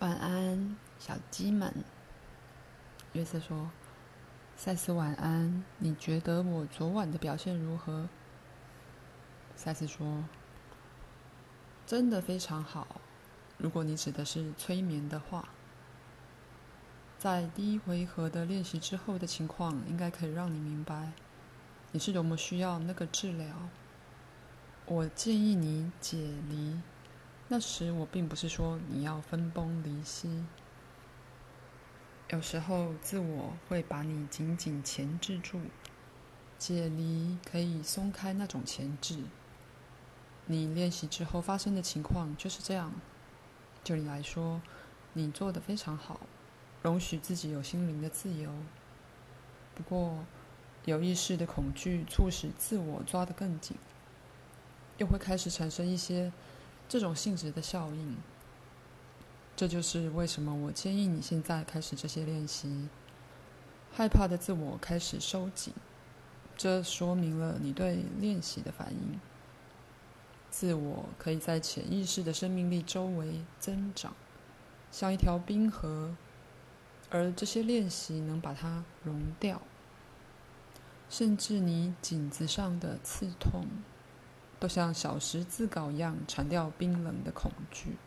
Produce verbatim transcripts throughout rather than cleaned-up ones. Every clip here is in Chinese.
晚安，小鸡们。约瑟说：“赛斯晚安，你觉得我昨晚的表现如何？”赛斯说：“真的非常好，如果你指的是催眠的话。在第一回合的练习之后的情况，应该可以让你明白你是多么需要那个治疗。我建议你解离，那时我并不是说你要分崩离析。有时候自我会把你紧紧钳制住，解离可以松开那种钳制。你练习之后发生的情况就是这样。就你来说，你做得非常好，容许自己有心灵的自由。不过，有意识的恐惧促使自我抓得更紧，又会开始产生一些这种性质的效应。这就是为什么我建议你现在开始这些练习。害怕的自我开始收紧，这说明了你对练习的反应。自我可以在潜意识的生命力周围增长，像一条冰河，而这些练习能把它融掉。甚至你颈子上的刺痛，都像小十字镐一样铲掉冰冷的恐惧。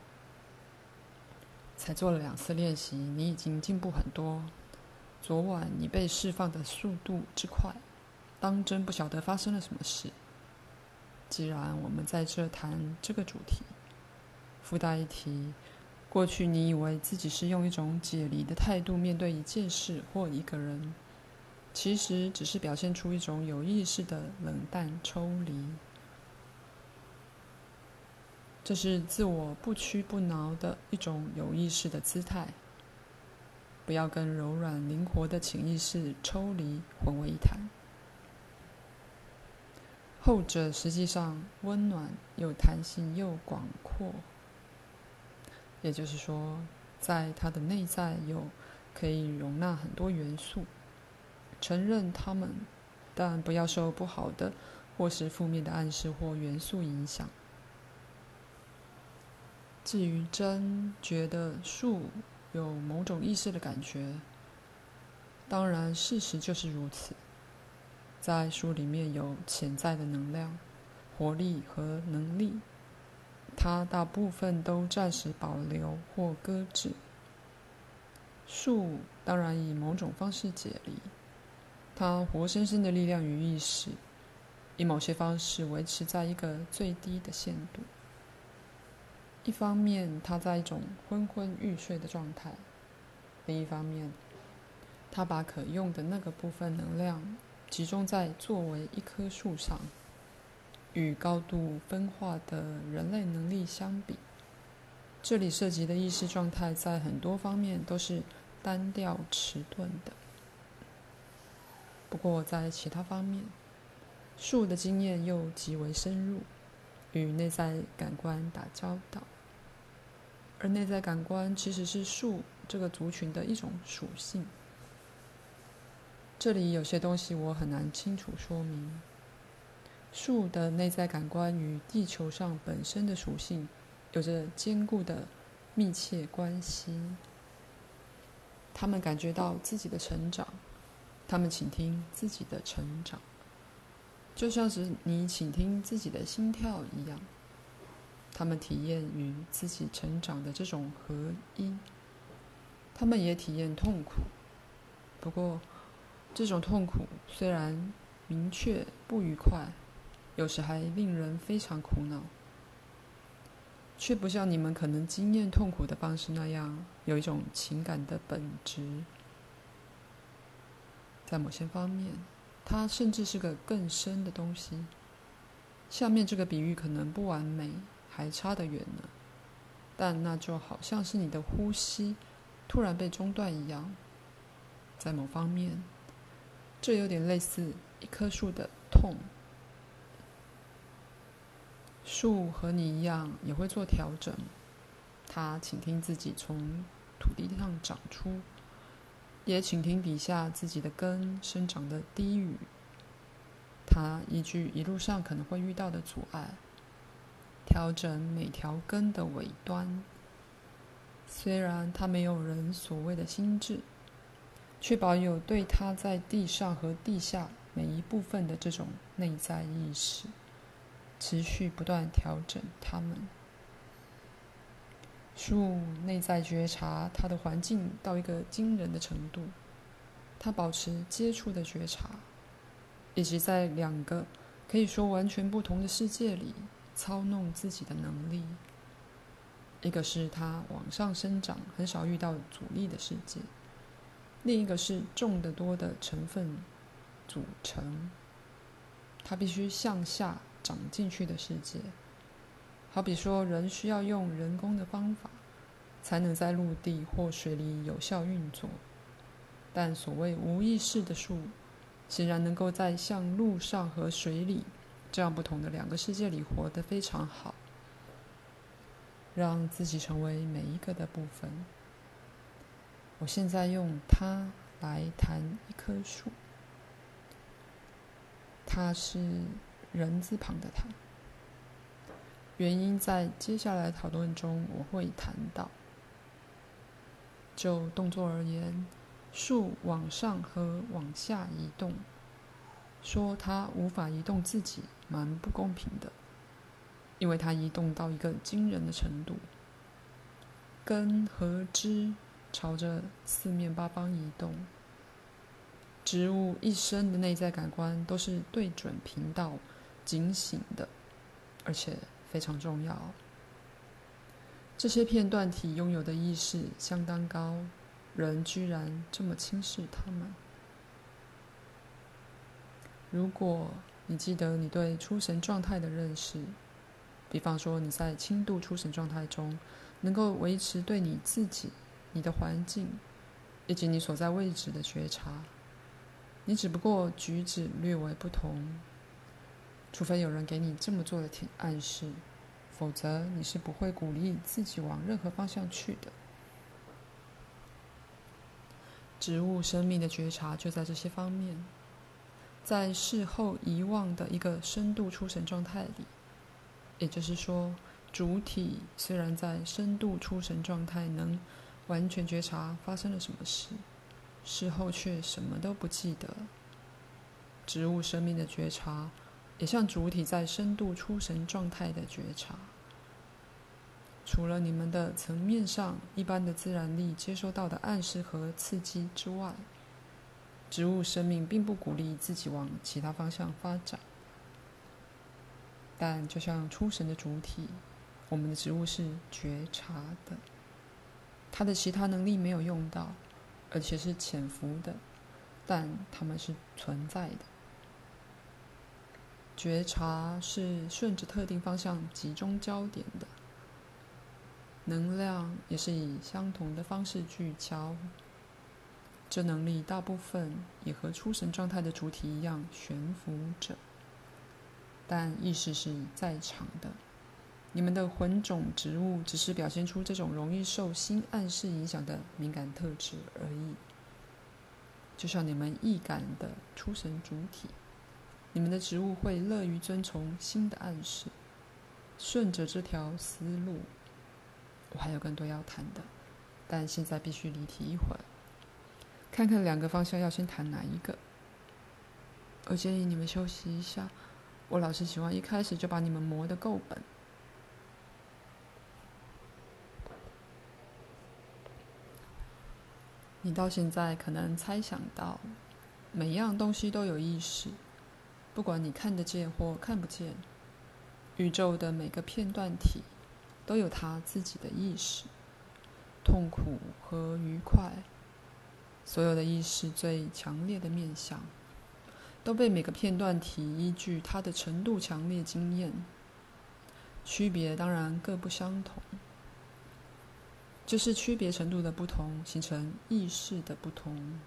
才做了两次练习，你已经进步很多。昨晚你被释放的速度之快，当真不晓得发生了什么事。既然我们在这谈这个主题，附带一提，过去你以为自己是用一种解离的态度面对一件事或一个人，其实只是表现出一种有意识的冷淡抽离。这是自我不屈不挠的一种有意识的姿态，不要跟柔软灵活的潜意识抽离混为一谈。后者实际上温暖又弹性又广阔，也就是说，在它的内在有可以容纳很多元素，承认它们，但不要受不好的或是负面的暗示或元素影响。至于真觉得树有某种意识的感觉，当然事实就是如此。在树里面有潜在的能量、活力和能力，它大部分都暂时保留或搁置。树当然以某种方式解离，它活生生的力量与意识，以某些方式维持在一个最低的限度。一方面，它在一种昏昏欲睡的状态；另一方面，它把可用的那个部分能量集中在作为一棵树上。与高度分化的人类能力相比，这里涉及的意识状态在很多方面都是单调迟钝的。不过在其他方面，树的经验又极为深入，与内在感官打交道。而内在感官其实是树这个族群的一种属性。这里有些东西我很难清楚说明。树的内在感官与地球上本身的属性有着坚固的密切关系。他们感觉到自己的成长，他们倾听自己的成长，就像是你倾听自己的心跳一样。他们体验与自己成长的这种合一，他们也体验痛苦。不过，这种痛苦虽然明确不愉快，有时还令人非常苦恼，却不像你们可能经验痛苦的方式那样，有一种情感的本质。在某些方面，它甚至是个更深的东西。下面这个比喻可能不完美，还差得远呢，但那就好像是你的呼吸突然被中断一样。在某方面，这有点类似一棵树的痛。树和你一样也会做调整，它倾听自己从土地上长出，也倾听底下自己的根生长的低语。它依据一路上可能会遇到的阻碍，调整每条根的尾端。 虽然它没有人所谓的心智，却保有对它在地上和地下每一部分的这种内在意识，持续不断调整它们。树内在觉察它的环境到一个惊人的程度，它保持接触的觉察，以及在两个可以说完全不同的世界里操弄自己的能力。一个是它往上生长很少遇到阻力的世界，另一个是重得多的成分组成，它必须向下长进去的世界。好比说，人需要用人工的方法才能在陆地或水里有效运作，但所谓无意识的树显然能够在像陆上和水里这样不同的两个世界里活得非常好，让自己成为每一个的部分。我现在用它来谈一棵树，它是人字旁的它，原因在接下来的讨论中我会谈到。就动作而言，树往上和往下移动，说它无法移动自己蛮不公平的，因为它移动到一个惊人的程度，根和枝朝着四面八方移动。植物一生的内在感官都是对准频道警醒的，而且非常重要。这些片段体拥有的意识相当高，人居然这么轻视它们。如果你记得你对出神状态的认识，比方说你在轻度出神状态中能够维持对你自己、你的环境以及你所在位置的觉察，你只不过举止略为不同，除非有人给你这么做的暗示，否则你是不会鼓励自己往任何方向去的。植物生命的觉察就在这些方面，在事后遗忘的一个深度出神状态里，也就是说，主体虽然在深度出神状态能完全觉察发生了什么事，事后却什么都不记得。植物生命的觉察也像主体在深度出神状态的觉察。除了你们的层面上一般的自然力接收到的暗示和刺激之外，植物生命并不鼓励自己往其他方向发展。但就像出神的主体，我们的植物是觉察的，它的其他能力没有用到，而且是潜伏的，但它们是存在的。觉察是顺着特定方向集中焦点的，能量也是以相同的方式聚焦。这能力大部分也和出神状态的主体一样悬浮着，但意识是在场的。你们的魂种植物只是表现出这种容易受新暗示影响的敏感特质而已，就像你们易感的出神主体，你们的植物会乐于遵从新的暗示，顺着这条思路。我还有更多要谈的，但现在必须离题一会儿，看看两个方向要先谈哪一个。我建议你们休息一下，我老是喜欢一开始就把你们磨得够本。你到现在可能猜想到，每样东西都有意识，不管你看得见或看不见，宇宙的每个片段体都有它自己的意识，痛苦和愉快，所有的意识最强烈的面向，都被每个片段体依据它的程度强烈经验，区别当然各不相同。就是区别程度的不同，形成意识的不同。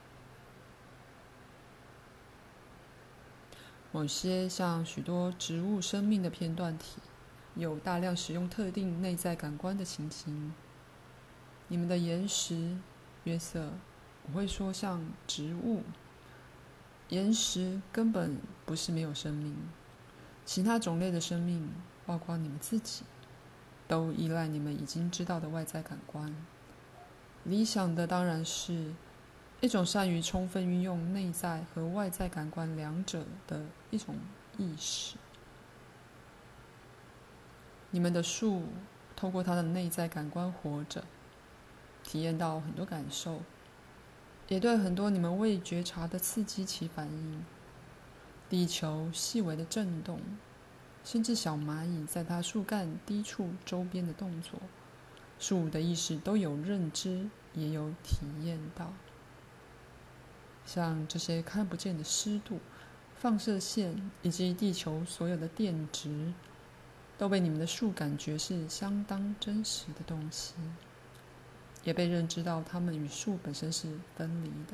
某些像许多植物生命的片段体，有大量使用特定内在感官的情形。你们的岩石、约瑟，我会说像植物。岩石根本不是没有生命，其他种类的生命，包括你们自己， 都依赖你们已经知道的外在感官。理想的当然是一种善于充分运用内在和外在感官两者的一种意识。你们的树透过它的内在感官活着，体验到很多感受，也对很多你们未觉察的刺激起反应。地球细微的震动，甚至小蚂蚁在它树干低处周边的动作，树的意识都有认知，也有体验到。像这些看不见的湿度、放射线以及地球所有的电值，都被你们的树感觉是相当真实的东西，也被认知到它们与树本身是分离的。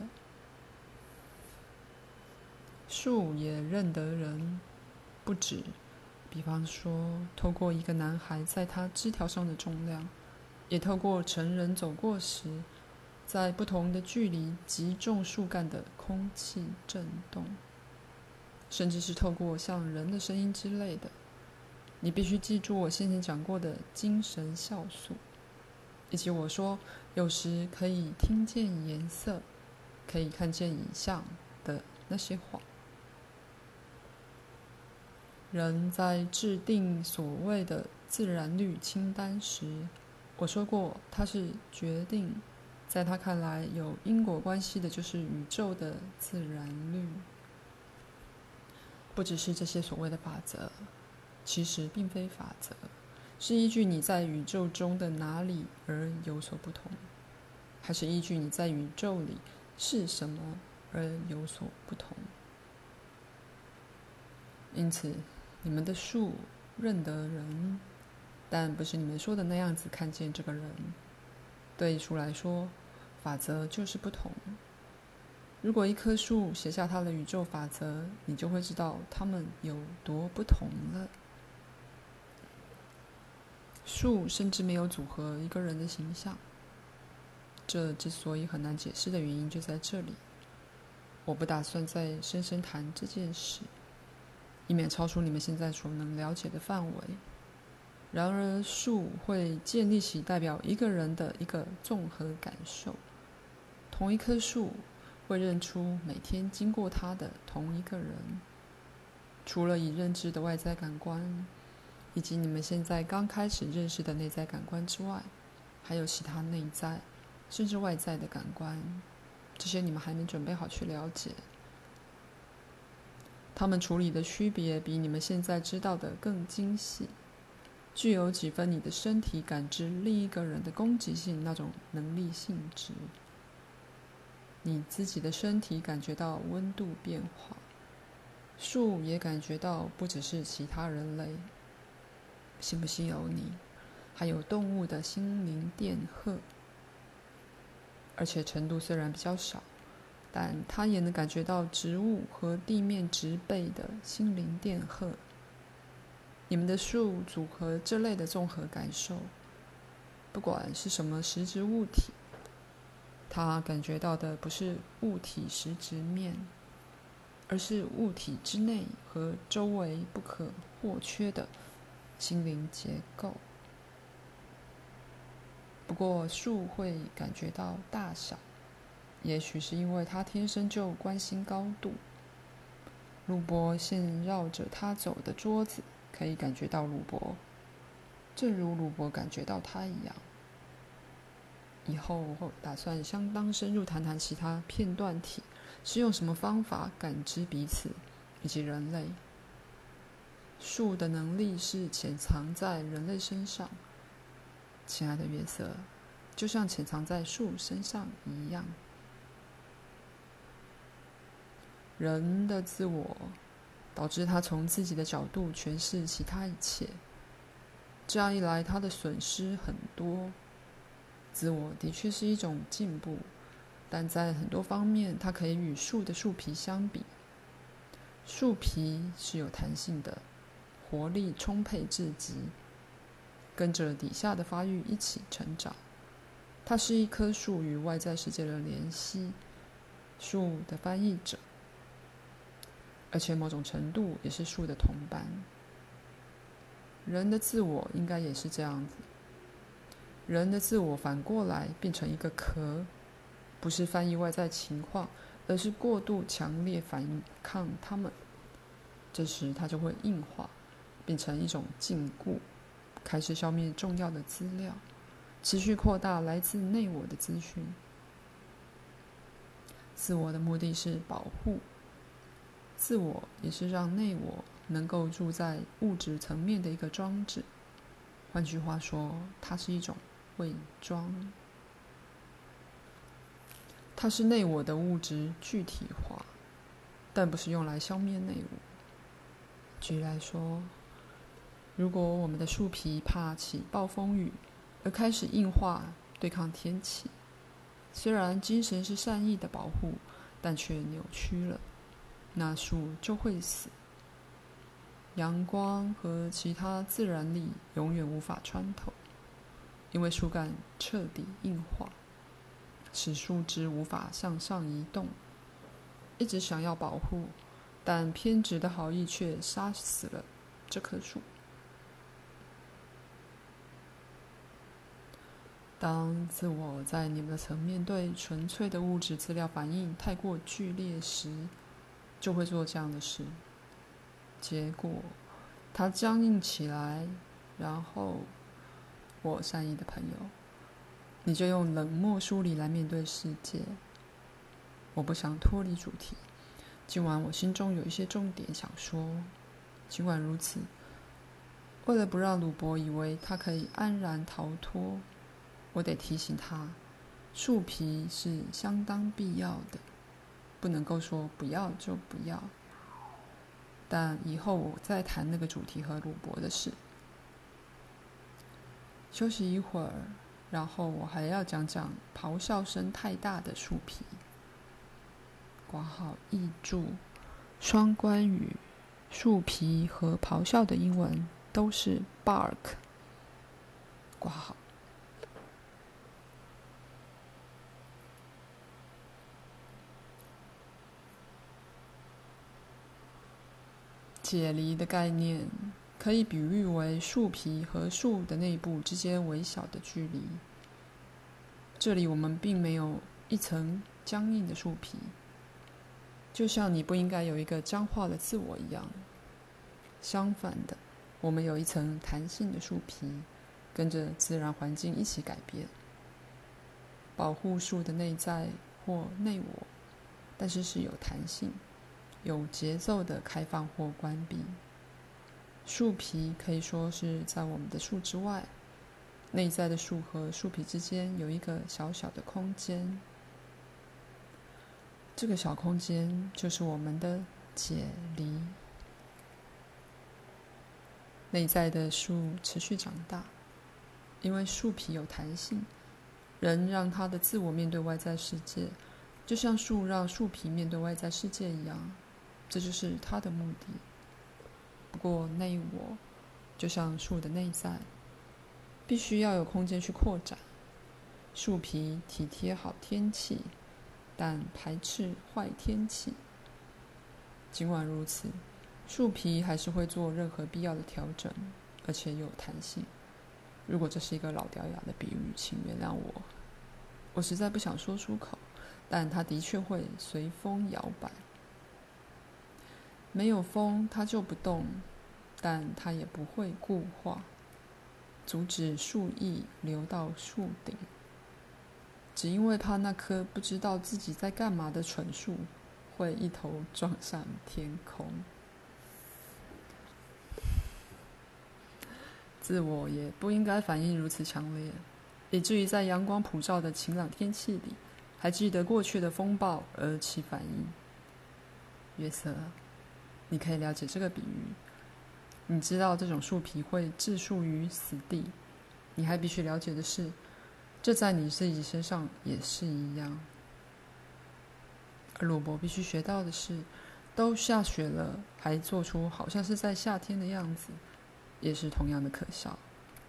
树也认得人，不止，比方说透过一个男孩在他枝条上的重量，也透过成人走过时在不同的距离击中树干的空气震动，甚至是透过像人的声音之类的。你必须记住我先前讲过的精神酵素，以及我说有时可以听见颜色，可以看见影像的那些话。人在制定所谓的自然律清单时，我说过它是决定，在他看来有因果关系的就是宇宙的自然律。不只是这些所谓的法则，其实并非法则，是依据你在宇宙中的哪里而有所不同，还是依据你在宇宙里是什么而有所不同。因此你们的树认得人，但不是你们说的那样子看见这个人。对树来说，法则就是不同。如果一棵树写下它的宇宙法则，你就会知道它们有多不同了。树甚至没有组合一个人的形象，这之所以很难解释的原因就在这里。我不打算再深深谈这件事，以免超出你们现在所能了解的范围。然而树会建立起代表一个人的一个综合感受。同一棵树会认出每天经过它的同一个人。除了已认知的外在感官，以及你们现在刚开始认识的内在感官之外，还有其他内在甚至外在的感官，这些你们还没准备好去了解。他们处理的区别比你们现在知道的更精细，具有几分你的身体感知另一个人的攻击性那种能力性质。你自己的身体感觉到温度变化，树也感觉到不只是其他人类，信不信由你，还有动物的心灵电荷，而且程度虽然比较少，但它也能感觉到植物和地面植被的心灵电荷。你们的树组合这类的综合感受，不管是什么实质物体，它感觉到的不是物体实质面，而是物体之内和周围不可或缺的心灵结构。不过树会感觉到大小，也许是因为它天生就关心高度。鲁伯现绕着他走的桌子可以感觉到鲁伯，正如鲁伯感觉到他一样。以后我打算相当深入谈谈其他片段体是用什么方法感知彼此以及人类。树的能力是潜藏在人类身上，亲爱的约瑟，就像潜藏在树身上一样。人的自我导致他从自己的角度诠释其他一切，这样一来他的损失很多。自我的确是一种进步，但在很多方面它可以与树的树皮相比。树皮是有弹性的，活力充沛至极，跟着底下的发育一起成长。它是一棵树与外在世界的联系，树的翻译者，而且某种程度也是树的同伴。人的自我应该也是这样子， 人的自我反过来变成一个壳，不是翻译外在情况，而是过度强烈反抗它们。这时它就会硬化，变成一种禁锢，开始消灭重要的资料，持续扩大来自内我的资讯。自我的目的是保护，自我也是让内我能够住在物质层面的一个装置。换句话说，它是一种伪装，它是内我的物质具体化，但不是用来消灭内我。举例来说，如果我们的树皮怕起暴风雨而开始硬化对抗天气，虽然精神是善意的保护，但却扭曲了，那树就会死。阳光和其他自然力永远无法穿透，因为树干彻底硬化，使树枝无法向上移动。一直想要保护，但偏执的好意却杀死了这棵树。当自我在你们的层面对纯粹的物质资料反应太过剧烈时，就会做这样的事。结果它僵硬起来，然后我善意的朋友，你就用冷漠疏离来面对世界。我不想脱离主题，今晚我心中有一些重点想说。尽管如此，为了不让鲁伯以为他可以安然逃脱，我得提醒他，树皮是相当必要的，不能够说不要就不要。但以后我再谈那个主题和鲁伯的事。休息一会儿，然后我还要讲讲咆哮声太大的树皮。括号译注：双关语，树皮和咆哮的英文都是 bark。括号解离的概念可以比喻为树皮和树的内部之间微小的距离。这里我们并没有一层僵硬的树皮，就像你不应该有一个僵化的自我一样。相反的，我们有一层弹性的树皮，跟着自然环境一起改变，保护树的内在或内我，但是是有弹性、有节奏的开放或关闭。树皮可以说是在我们的树之外，内在的树和树皮之间有一个小小的空间，这个小空间就是我们的解离。内在的树持续长大，因为树皮有弹性，人让他的自我面对外在世界，就像树让树皮面对外在世界一样，这就是他的目的。不过内我就像树的内在，必须要有空间去扩展。树皮体贴好天气，但排斥坏天气。尽管如此，树皮还是会做任何必要的调整，而且有弹性。如果这是一个老掉牙的比喻，请原谅我，我实在不想说出口，但它的确会随风摇摆。没有风它就不动，但它也不会固化，阻止树液流到树顶，只因为怕那棵不知道自己在干嘛的蠢树会一头撞上天空。自我也不应该反应如此强烈，以至于在阳光普照的晴朗天气里，还记得过去的风暴而起反应。约瑟，你可以了解这个比喻，你知道这种树皮会置树于死地。你还必须了解的是，这在你自己身上也是一样。而鲁伯必须学到的是，都下雪了，还做出好像是在夏天的样子，也是同样的可笑。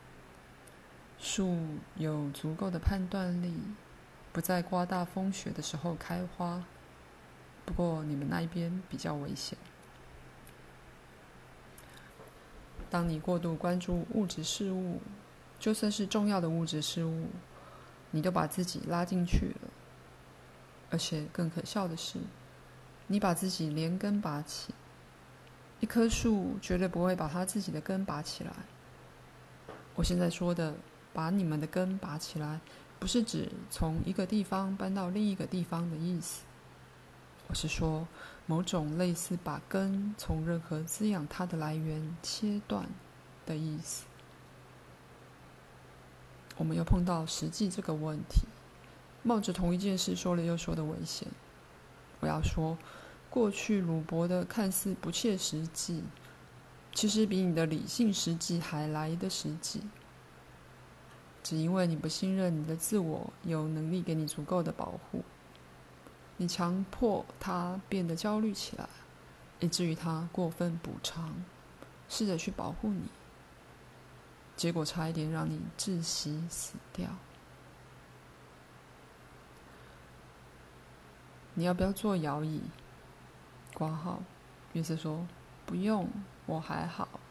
树有足够的判断力，不在刮大风雪的时候开花。不过你们那一边比较危险。当你过度关注物质事物， 就算是重要的物质事物，你都把自己拉进去了。而且更可笑的是，你把自己连根拔起。一棵树绝对不会把它自己的根拔起来。我现在说的把你们的根拔起来，不是指从一个地方搬到另一个地方的意思，我是说某种类似把根从任何滋养它的来源切断的意思。我们又碰到实际这个问题，冒着同一件事说了又说的危险。我要说，过去鲁伯的看似不切实际，其实比你的理性实际还来得实际。只因为你不信任你的自我有能力给你足够的保护，你强迫他变得焦虑起来，以至于他过分补偿，试着去保护你，结果差一点让你窒息死掉。你要不要坐摇椅？挂号，约瑟说不用，我还好。